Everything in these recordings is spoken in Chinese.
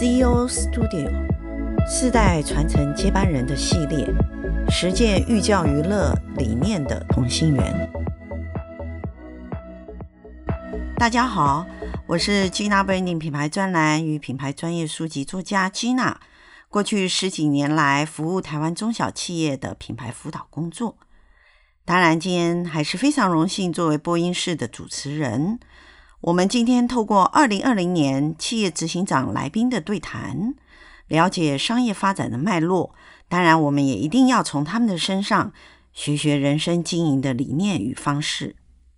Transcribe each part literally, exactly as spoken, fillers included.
C E O Studio 世代传承接班人的系列，实践寓教于乐理念的同心圆。大家好，我是 Gina Branding 品牌专栏与品牌专业书籍作家 Gina。过去十几年来服务台湾中小企业的品牌辅导工作，当然今天还是非常荣幸作为播音室的主持人。我们今天透过二零二零年企业执行长来宾的对谈，了解商业发展的脉络，当然我们也一定要从他们的身上学学人生经营的理念与方式。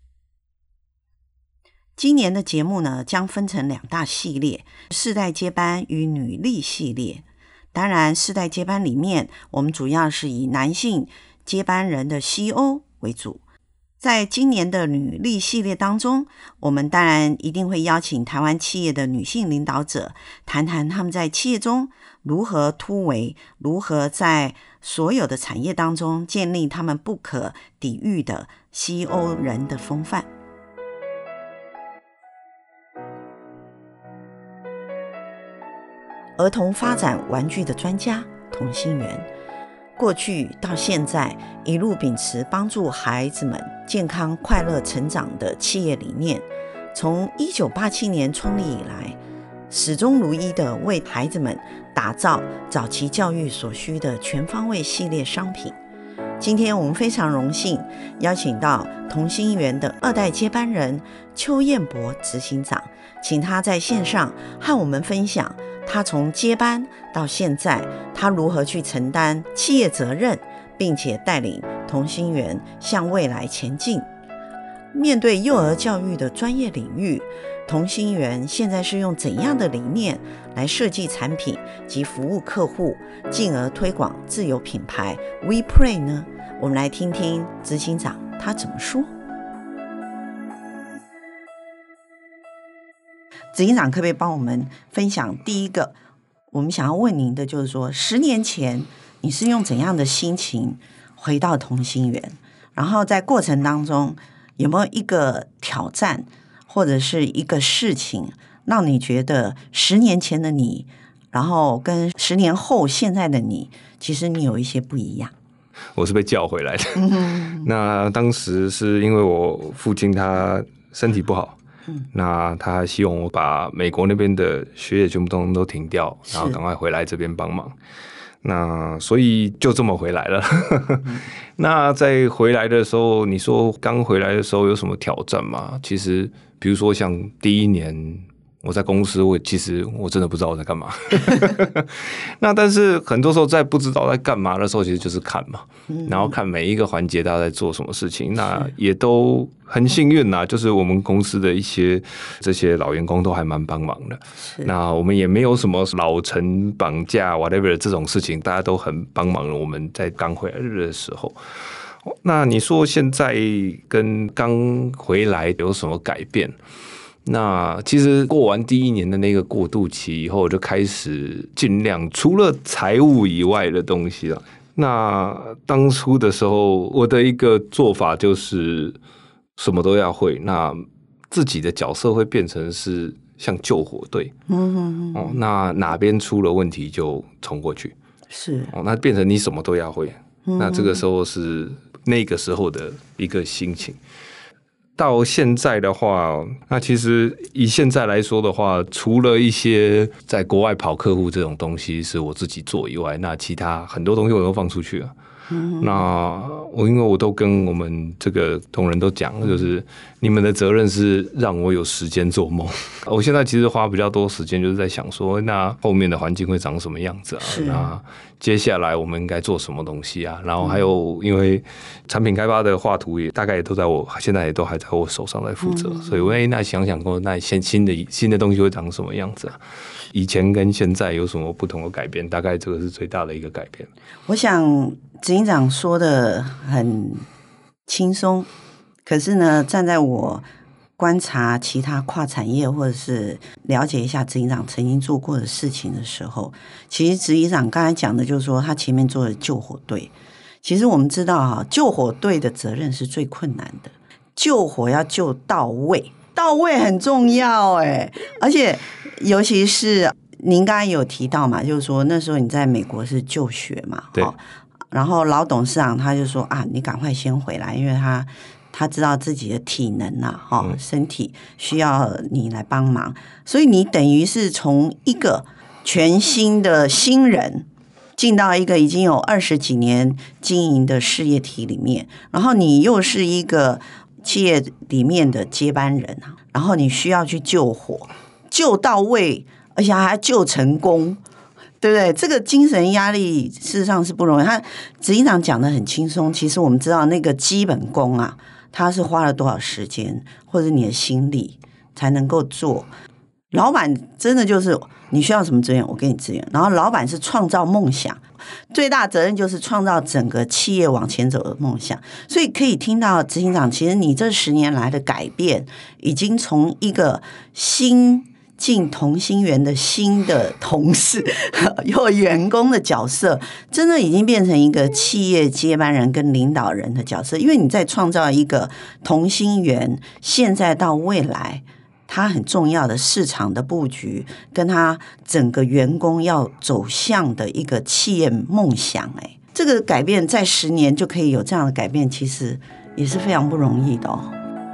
今年的节目呢，将分成两大系列，世代接班与女力系列。当然世代接班里面，我们主要是以男性接班人的 C E O 为主。在今年的女力系列当中，我们当然一定会邀请台湾企业的女性领导者，谈谈他们在企业中如何突围，如何在所有的产业当中建立他们不可抵御的 C E O 人的风范。儿童发展玩具的专家同心圆，过去到现在一路秉持帮助孩子们健康快乐成长的企业理念，从一九八七年创立以来，始终如一的为孩子们打造早期教育所需的全方位系列商品。今天我们非常荣幸邀请到同心圆的二代接班人邱彦博执行长，请他在线上和我们分享他从接班到现在，他如何去承担企业责任，并且带领同心圆向未来前进。面对幼儿教育的专业领域，同心圆现在是用怎样的理念来设计产品及服务客户，进而推广自有品牌 WePlay 呢？我们来听听执行长他怎么说。执行长可不可以帮我们分享第一个我们想要问您的，就是说十年前你是用怎样的心情回到同心圆，然后在过程当中有没有一个挑战或者是一个事情让你觉得十年前的你，然后跟十年后现在的你，其实你有一些不一样？ 我是被叫回来的、嗯、那当时是因为我父亲他身体不好，嗯、那他希望我把美国那边的学业全部都都停掉，然后赶快回来这边帮忙。那所以就这么回来了、嗯、那在回来的时候，你说刚回来的时候有什么挑战吗？其实比如说像第一年我在公司，我其实我真的不知道我在干嘛那但是很多时候在不知道在干嘛的时候，其实就是看嘛、嗯、然后看每一个环节大家在做什么事情，那也都很幸运啦，就是我们公司的一些这些老员工都还蛮帮忙的，那我们也没有什么老陈绑架 whatever 这种事情，大家都很帮忙了我们在刚回来的时候。那你说现在跟刚回来有什么改变？那其实过完第一年的那个过渡期以后，就开始尽量除了财务以外的东西了。那当初的时候，我的一个做法就是什么都要会，那自己的角色会变成是像救火队，嗯嗯嗯、哦，那哪边出了问题就冲过去，是哦，那变成你什么都要会，嗯、那这个时候是那个时候的一个心情。到现在的话，那其实以现在来说的话，除了一些在国外跑客户这种东西是我自己做以外，那其他很多东西我都放出去了。嗯、那我因为我都跟我们这个同仁都讲，就是你们的责任是让我有时间做梦。我现在其实花比较多时间就是在想说，那后面的环境会长什么样子啊？那接下来我们应该做什么东西啊？然后还有因为产品开发的画图也大概也都在我现在也都还在我手上在负责，嗯、所以我哎那想想过，那新新的新的东西会长什么样子啊？以前跟现在有什么不同的改变？大概这个是最大的一个改变。 我想执行长说的很轻松，可是呢，站在我观察其他跨产业或者是了解一下执行长曾经做过的事情的时候，其实执行长刚才讲的就是说他前面做的救火队，其实我们知道哈，救火队的责任是最困难的，救火要救到位，到位很重要哎，而且尤其是您刚刚有提到嘛，就是说那时候你在美国是就学嘛， 对。 然后老董事长他就说啊，你赶快先回来，因为他他知道自己的体能啊，哈、嗯，身体需要你来帮忙，所以你等于是从一个全新的新人进到一个已经有二十几年经营的事业体里面，然后你又是一个企业里面的接班人，然后你需要去救火，救到位，而且还救成功。对不对？这个精神压力事实上是不容易。他执行长讲得很轻松，其实我们知道那个基本功啊，他是花了多少时间或者你的心力才能够做。老板真的就是你需要什么资源，我给你资源。然后老板是创造梦想，最大责任就是创造整个企业往前走的梦想。所以可以听到执行长，其实你这十年来的改变，已经从一个新进同心圆的新的同事有员工的角色，真的已经变成一个企业接班人跟领导人的角色。因为你在创造一个同心圆，现在到未来它很重要的市场的布局，跟它整个员工要走向的一个企业梦想。哎，这个改变在十年就可以有这样的改变，其实也是非常不容易的哦。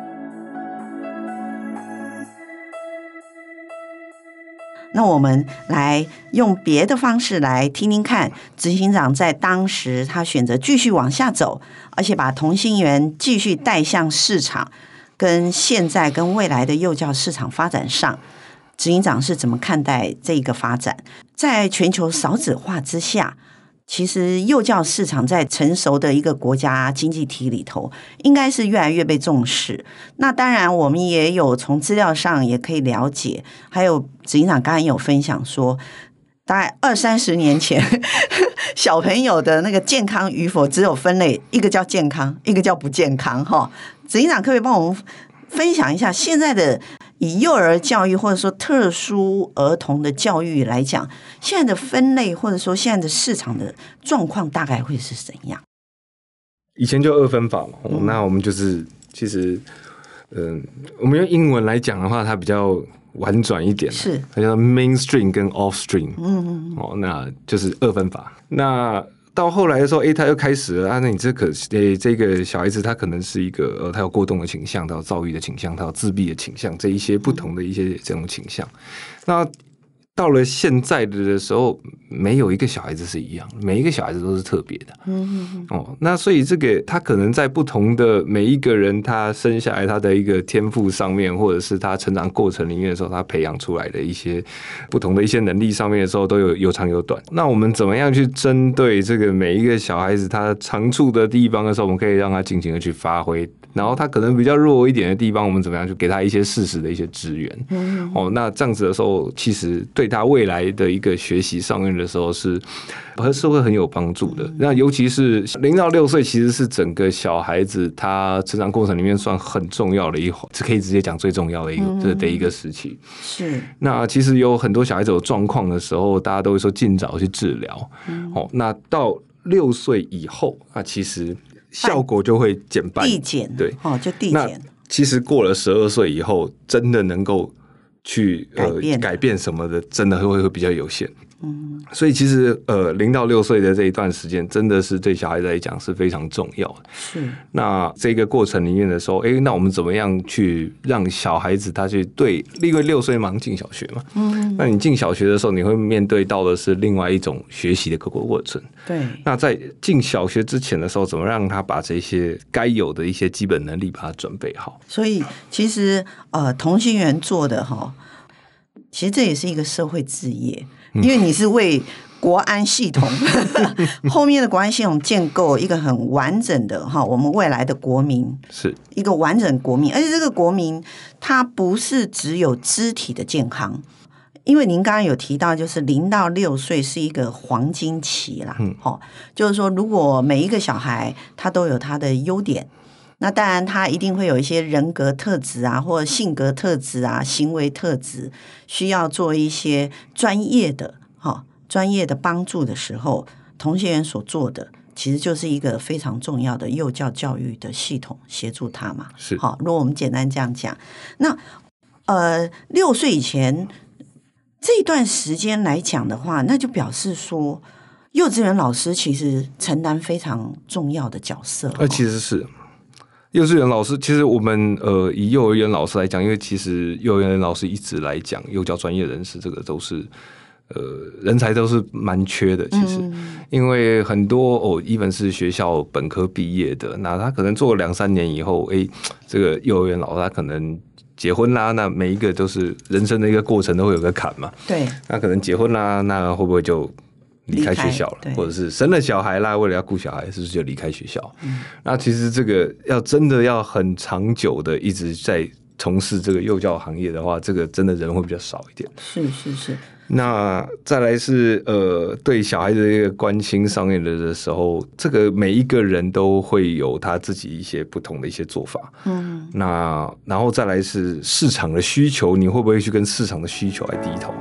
那我们来用别的方式来听听看，执行长在当时他选择继续往下走，而且把同心圆继续带向市场，跟现在跟未来的幼教市场发展上，执行长是怎么看待这个发展？在全球少子化之下，其实幼教市场在成熟的一个国家经济体里头，应该是越来越被重视。那当然，我们也有从资料上也可以了解，还有执行长刚刚有分享说，大概二三十年前，小朋友的那个健康与否只有分类，一个叫健康，一个叫不健康。哈，执行长可不可以帮我们分享一下现在的以幼儿教育或者说特殊儿童的教育来讲，现在的分类或者说现在的市场的状况大概会是怎样？ 以前就二分法嘛，嗯、那我们就是其实，嗯、呃，我们用英文来讲的话，它比较婉转一点， 是它叫 mainstream 跟 offstream， 嗯嗯哦，那就是二分法。那到后来的时候，哎，他又开始了啊，那你这个诶，这个小孩子他可能是一个呃，他有过动的倾向，他有躁郁的倾向，他有自闭的倾向，这一些不同的一些这种倾向。那到了现在的时候，没有一个小孩子是一样，每一个小孩子都是特别的。嗯嗯哦，那所以这个他可能在不同的每一个人他生下来他的一个天赋上面，或者是他成长过程里面的时候，他培养出来的一些不同的一些能力上面的时候，都有有长有短。那我们怎么样去针对这个每一个小孩子他长处的地方的时候，我们可以让他尽情的去发挥。然后他可能比较弱一点的地方，我们怎么样去给他一些适时的一些支援？嗯，哦，那这样子的时候，其实对他未来的一个学习上面的时候是，是会很有帮助的。那尤其是零到六岁，其实是整个小孩子他成长过程里面算很重要的一环，是可以直接讲最重要的一个、嗯、的一个时期。 是。 那其实有很多小孩子有状况的时候，大家都会说尽早去治疗。嗯，哦，那到六岁以后，那其实效果就会减半， 递减，对，哦，就递减。 那其实过了十二岁以后，真的能够去改变、 呃、改变什么的，真的会会比较有限。嗯，所以其实呃，零到六岁的这一段时间，真的是对小孩子来讲是非常重要的。 是。 那这个过程里面的时候，哎、欸，那我们怎么样去让小孩子他去对？因为六岁马上进小学嘛，嗯，那你进小学的时候，你会面对到的是另外一种学习的各个过程。 对。 那在进小学之前的时候，怎么让他把这些该有的一些基本能力把它准备好？ 所以其实呃，同心圆做的哈，其实这也是一个社会志业。因为你是为国安系统后面的国安系统建构一个很完整的哈，我们未来的国民是一个完整国民，而且这个国民它不是只有肢体的健康，因为您刚刚有提到，就是零到六岁是一个黄金期啦，嗯，就是说如果每一个小孩他都有他的优点。那当然他一定会有一些人格特质啊，或者性格特质啊，行为特质需要做一些专业的哈专业的帮助的时候，同心圆所做的其实就是一个非常重要的幼教教育的系统，协助他嘛。 是。 好，如果我们简单这样讲，那呃六岁以前这一段时间来讲的话，那就表示说幼稚园老师其实承担非常重要的角色、哦。 呃，其实是幼稚园老师，其实我们呃以幼儿园老师来讲，因为其实幼儿园老师一直来讲，幼教专业人士这个都是呃人才都是蛮缺的。其实，嗯、因为很多哦，even是学校本科毕业的，那他可能做了两三年以后，哎，这个幼儿园老师他可能结婚啦，那每一个都是人生的一个过程，都会有个坎嘛。 对， 那可能结婚啦，那会不会就离开学校了，或者是生了小孩啦，为了要顾小孩，是不是就离开学校？嗯、那其实这个要真的要很长久的一直在从事这个幼教行业的话，这个真的人会比较少一点。 是是是。 那再来是呃，对小孩子的一个关心上面的的时候，这个每一个人都会有他自己一些不同的一些做法。嗯，那然后再来是市场的需求，你会不会去跟市场的需求来低头？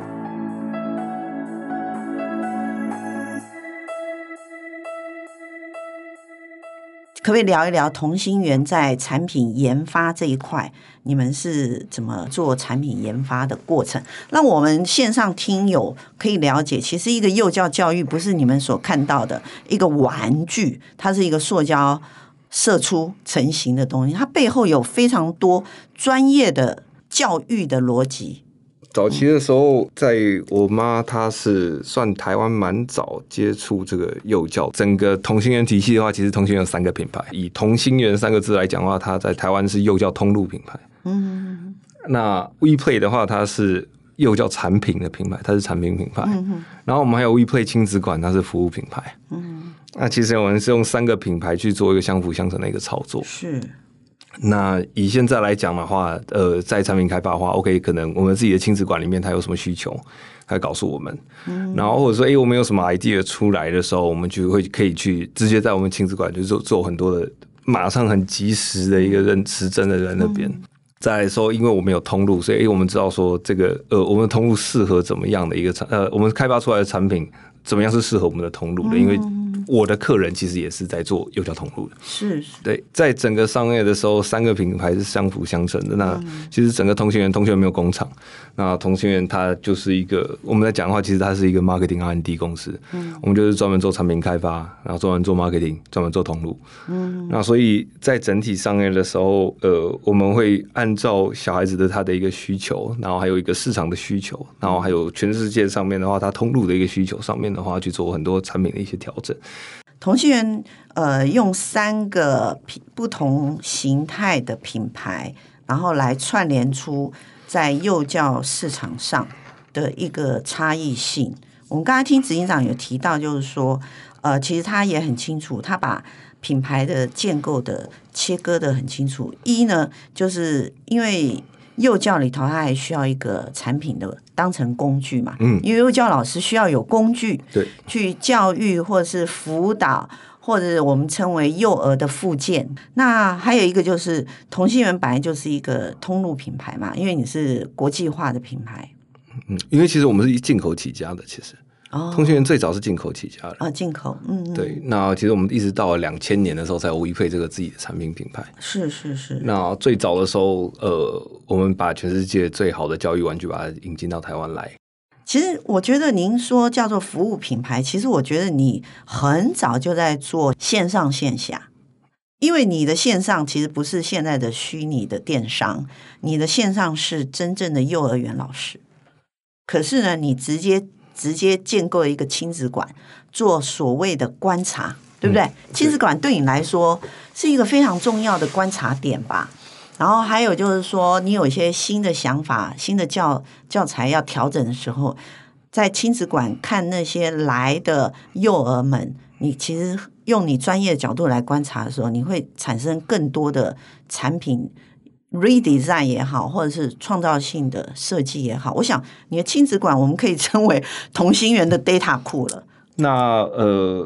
可不可以聊一聊同心圆在产品研发这一块，你们是怎么做产品研发的过程，让我们线上听友可以了解，其实一个幼教教育不是你们所看到的一个玩具，它是一个塑胶射出成型的东西，它背后有非常多专业的教育的逻辑。 早期的时候，在我妈她是算台湾蛮早接触这个幼教，整个同心圆体系的话，其实同心圆有三个品牌。以同心圆三个字来讲的话，它在台湾是幼教通路品牌。嗯，那 WePlay 的话，它是幼教产品的品牌，它是产品品牌。嗯，然后我们还有 WePlay 亲子馆，它是服务品牌。嗯，那其实我们是用三个品牌去做一个相辅相成的一个操作。 是。 那以现在来讲的话，呃，在产品开发的话 ，OK， 可能我们自己的亲子馆里面它有什么需求，它会告诉我们。嗯、然后或者说，哎、欸，我们有什么 idea 出来的时候，我们就会可以去直接在我们亲子馆就做做很多的，马上很及时的一个人实证的人那边。嗯、再来说，因为我们有通路，所以、欸、我们知道说这个呃，我们的通路适合怎么样的一个产呃，我们开发出来的产品怎么样是适合我们的通路的，因为我的客人其实也是在做幼教通路的， 是， 对，在整个商业的时候，三个品牌是相辅相成的。那其实整个同心圆，同心圆没有工厂，那同心圆它就是一个我们在讲的话，其实它是一个 marketing R and D 公司，嗯，我们就是专门做产品开发，然后专门做 marketing， 专门做通路，嗯，那所以在整体商业的时候，呃，我们会按照小孩子的他的一个需求，然后还有一个市场的需求，然后还有全世界上面的话，它通路的一个需求上面的话，去做很多产品的一些调整。 同心圆呃用三个不同形态的品牌，然后来串联出在幼教市场上的一个差异性。我们刚才听执行长有提到，就是说，呃，其实他也很清楚，他把品牌的建构的切割的很清楚。一呢，就是因为幼教里头，它还需要一个产品的当成工具嘛，嗯，因为幼教老师需要有工具， 对， 去教育或者是辅导，或者我们称为幼儿的复健。那还有一个就是同心圆本来就是一个通路品牌嘛，因为你是国际化的品牌， 嗯，因为其实我们是进口起家的，其实。哦、同心圆最早是进口起家的啊，进口，嗯, 嗯， 对。那其实我们一直到了两千年的时候才有 WePlay 这个自己的产品品牌， 是是是。 那最早的时候，呃，我们把全世界最好的教育玩具把它引进到台湾来。 其实我觉得您说叫做服务品牌，其实我觉得你很早就在做线上线下，因为你的线上其实不是现在的虚拟的电商，你的线上是真正的幼儿园老师。可是呢，你直接直接建构一个亲子馆，做所谓的观察，对不对？嗯、亲子馆对你来说是一个非常重要的观察点吧。然后还有就是说，你有一些新的想法、新的教教材要调整的时候，在亲子馆看那些来的幼儿们，你其实用你专业的角度来观察的时候，你会产生更多的产品 redesign 也好，或者是创造性的设计也好。我想你的亲子馆我们可以称为同心圆的 data 库了。 那呃，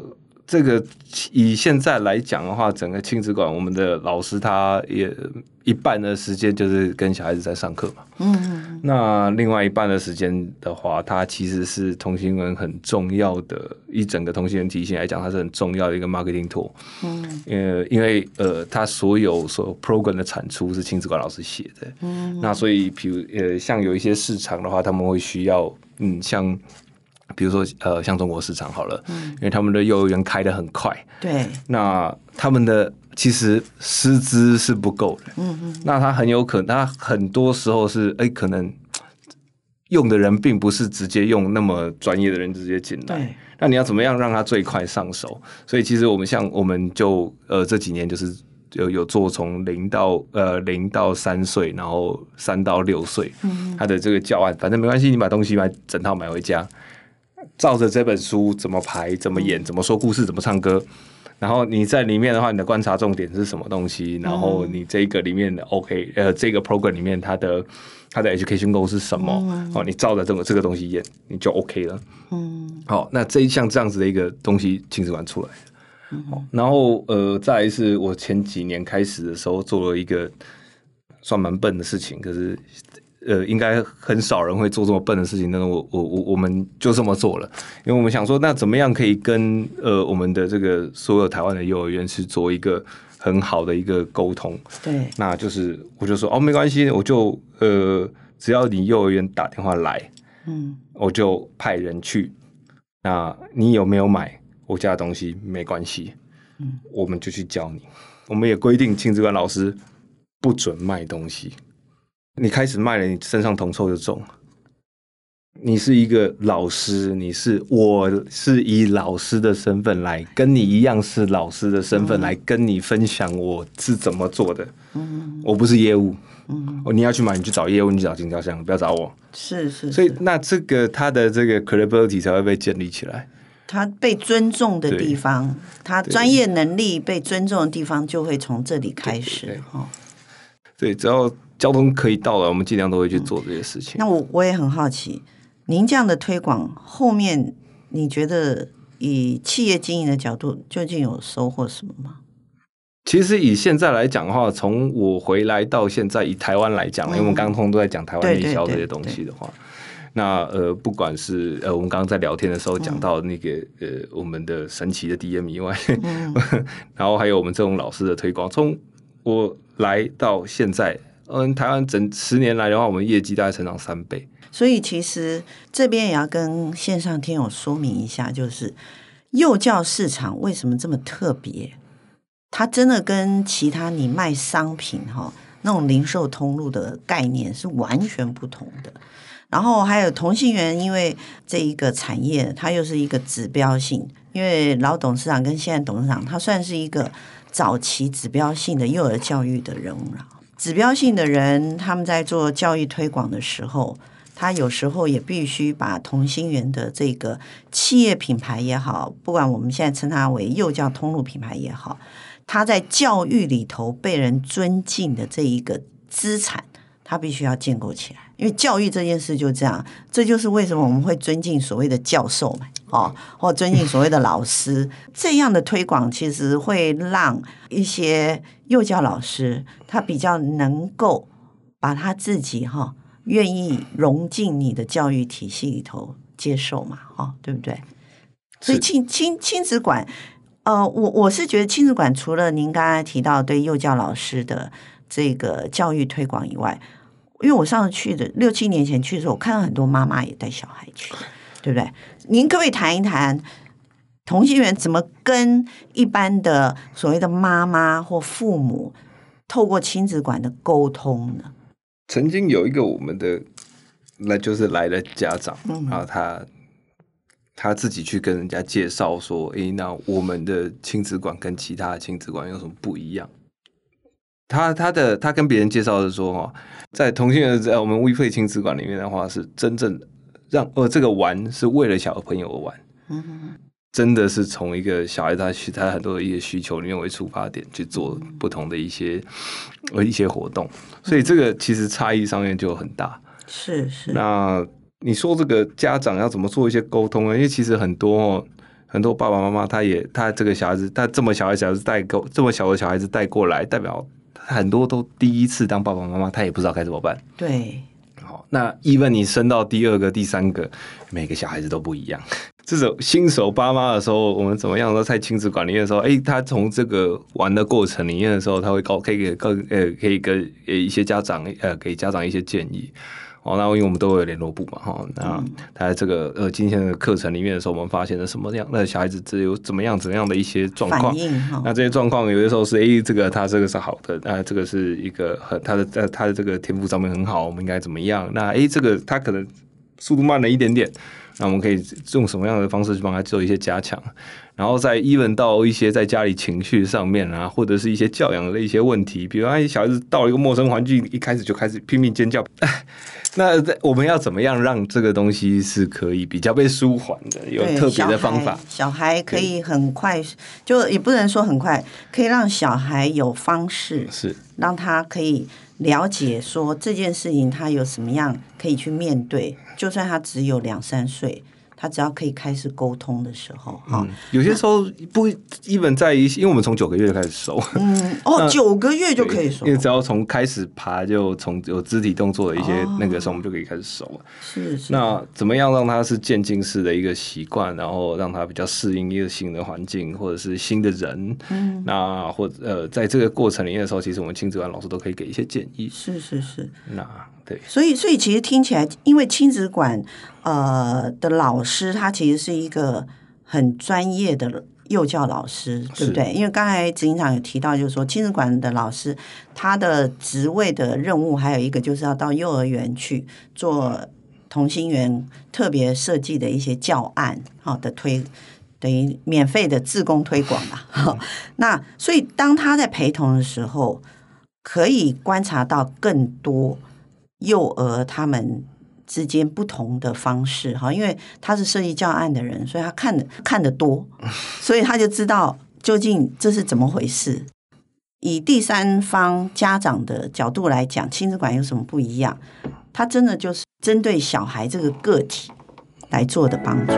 这个以现在来讲的话，整个亲子馆我们的老师他也一半的时间就是跟小孩子在上课嘛，嗯，那另外一半的时间的话，它其实是同心圆很重要的，以整个同心圆体系来讲，它是很重要的一个 marketing tool， 嗯，呃，因为呃，它所有所有 program 的产出是亲子馆老师写的，嗯，那所以比如呃，像有一些市场的话，他们会需要，嗯，像。比如说，呃，像中国市场好了，嗯，因为他们的幼儿园开得很快， 对， 那他们的其实师资是不够的，嗯嗯，那他很有可能，他很多时候是，哎、欸，可能用的人并不是直接用那么专业的人直接进来，那你要怎么样让他最快上手？所以其实我们像我们就呃这几年就是有有做从零到呃零到三岁，然后三到六岁，嗯，他的这个教案，反正没关系，你把东西买整套买回家。照着这本书怎么排、怎么演、怎么说故事、怎么唱歌，然后你在里面的话，你的观察重点是什么东西？然后你这个里面的 OK， 呃，这个 program 里面它的它的 education goal 是什么？嗯、哦，你照着这个这个东西演，你就 OK 了。嗯，好，那这一项这样子的一个东西，亲子馆出来的。嗯、然后呃，再来是我前几年开始的时候做了一个算蛮笨的事情，可是。呃，应该很少人会做这么笨的事情，但是我我我我们就这么做了，因为我们想说，那怎么样可以跟呃我们的这个所有台湾的幼儿园是做一个很好的一个沟通？ 对， 那就是我就说哦，没关系，我就呃只要你幼儿园打电话来，嗯，我就派人去。那你有没有买我家的东西没关系，嗯，我们就去教你。我们也规定亲子馆老师不准卖东西。你开始卖了，你身上铜臭就重。你是一个老师，你是我是以老师的身份来跟你一样是老师的身份来跟你分享我是怎么做的。嗯，我不是业务。嗯，你要去买，你去找业务，你去找经销商，不要找我。 是 是, 是。 所以那这个他的这个 credibility 才会被建立起来。 他被尊重的地方，他专业能力被尊重的地方，就会从这里开始。对, 对, 对, 对，只要交通可以到了，我们尽量都会去做这些事情。 嗯、那我我也很好奇，您这样的推广后面，你觉得以企业经营的角度，究竟有收获什么吗？ 其实以现在来讲的话，从我回来到现在，以台湾来讲，嗯、因为我们刚刚都在讲台湾内销这些东西的话，那呃，不管是呃，我们刚刚在聊天的时候讲到那个、嗯、呃，我们的神奇的 D M 以外，嗯、然后还有我们这种老师的推广，从我来到现在。嗯，台湾整十年来的话，我们业绩大概成长三倍。 所以其实这边也要跟线上听友说明一下，就是幼教市场为什么这么特别？它真的跟其他你卖商品哈那种零售通路的概念是完全不同的。然后还有同心圆，因为这一个产业它又是一个指标性，因为老董事长跟现在董事长，他算是一个早期指标性的幼儿教育的人物了。指标性的人，他们在做教育推广的时候，他有时候也必须把同心圆的这个企业品牌也好，不管我们现在称它为幼教通路品牌也好，他在教育里头被人尊敬的这一个资产，他必须要建构起来。因为教育这件事就这样，这就是为什么我们会尊敬所谓的教授嘛，哦，或尊敬所谓的老师。这样的推广其实会让一些幼教老师他比较能够把他自己哈、哦、愿意融进你的教育体系里头接受嘛，哦，对不对？所以亲亲亲子馆，呃，我我是觉得亲子馆除了您刚才提到对幼教老师的这个教育推广以外，因为我上次去的六七年前去的时候，我看到很多妈妈也带小孩去，对不对？您可不可以谈一谈同心圆怎么跟一般的所谓的妈妈或父母透过亲子馆的沟通呢？ 曾经有一个我们的来就是来的家长，嗯、然后他他自己去跟人家介绍说，诶，那我们的亲子馆跟其他的亲子馆有什么不一样？他他的他跟别人介绍的说，在同心圆在我们 WePlay 亲子馆里面的话，是真正让呃这个玩是为了小朋友而玩，嗯，真的是从一个小孩他他很多的一些需求里面为出发点去做不同的一些呃一些活动，所以这个其实差异上面就很大。 是是。 那你说这个家长要怎么做一些沟通呢？因为其实很多、哦、 很多爸爸妈妈他也他这个小孩子，他这么小的小孩子带过这么小的小孩子带过来，代表很多都第一次当爸爸妈妈，他也不知道该怎么办。 对， 好，那 even 你生到第二个、第三个，每个小孩子都不一样。这种新手爸妈的时候，我们怎么样都在亲子馆里面的时候，哎、欸，他从这个玩的过程里面的时候，他会告可以给跟呃可以跟一些家长呃给家长一些建议。哦，那因为我们都有联络部嘛，哈，那他在这个呃今天的课程里面的时候，我们发现了什么样的小孩子只有怎么样怎么样的一些状况，那这些状况有的时候是哎、欸，这个他这个是好的，那这个是一个很他的呃他的这个天赋上面很好，我们应该怎么样？那哎、欸，这个他可能速度慢了一点点。那我们可以用什么样的方式去帮他做一些加强，然后再 even 到一些在家里情绪上面啊，或者是一些教养的一些问题，比如说小孩子到了一个陌生环境，一开始就开始拼命尖叫，那我们要怎么样让这个东西是可以比较被舒缓的？有特别的方法？ 小孩可以很快，就也不能说很快，可以让小孩有方式， 是让他可以了解说这件事情他有什么样可以去面对，就算他只有两三岁，他只要可以开始沟通的时候，嗯， 有些时候不一本在于，因为我们从九个月就开始熟， 嗯，哦，九个月就可以熟， 因为只要从开始爬就从有肢体动作的一些那个时候，我们就可以开始熟了。 是是。 那怎么样让他是渐进式的一个习惯，然后让他比较适应一个新的环境或者是新的人？嗯，那或者呃，在这个过程里面的时候，其实我们亲子馆老师都可以给一些建议。 是是是。 那对， 所以所以其实听起来，因为亲子馆呃的老师他其实是一个很专业的幼教老师，对不对？因为刚才执行长有提到，就是说亲子馆的老师他的职位的任务还有一个就是要到幼儿园去做同心圆特别设计的一些教案，好的推。等于免费的志工推广啦、嗯、那所以当他在陪同的时候，可以观察到更多幼儿他们之间不同的方式，因为他是设计教案的人，所以他看得看得多，所以他就知道究竟这是怎么回事。以第三方家长的角度来讲，亲子馆有什么不一样？他真的就是针对小孩这个个体来做的帮助。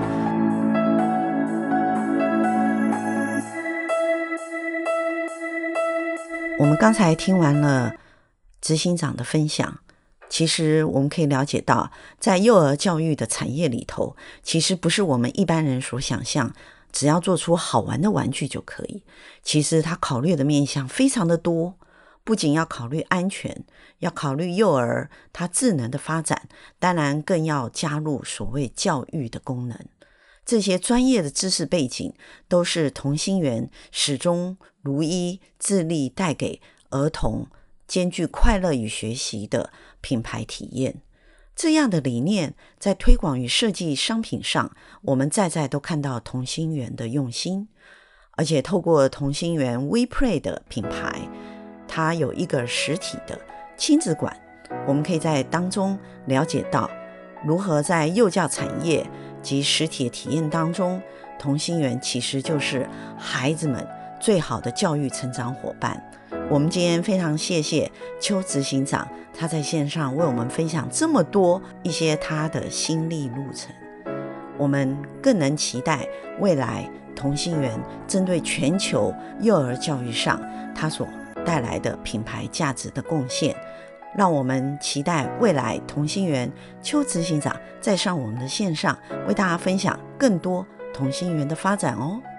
我们刚才听完了执行长的分享，其实我们可以了解到，在幼儿教育的产业里头，其实不是我们一般人所想象只要做出好玩的玩具就可以。其实他考虑的面向非常的多，不仅要考虑安全，要考虑幼儿他智能的发展，当然更要加入所谓教育的功能。这些专业的知识背景都是同心圆始终如一致力带给儿童兼具快乐与学习的品牌体验。这样的理念在推广与设计商品上，我们在在都看到同心圆的用心。而且透过同心圆 WePlay 的品牌，它有一个实体的亲子馆，我们可以在当中了解到如何在幼教产业及实体的体验当中，同心圆其实就是孩子们最好的教育成长伙伴。我们今天非常谢谢邱执行长，他在线上为我们分享这么多一些他的心历路程。我们更能期待未来同心圆针对全球幼儿教育上他所带来的品牌价值的贡献。让我们期待未来同心圆邱执行长再上我们的线上，为大家分享更多同心圆的发展哦。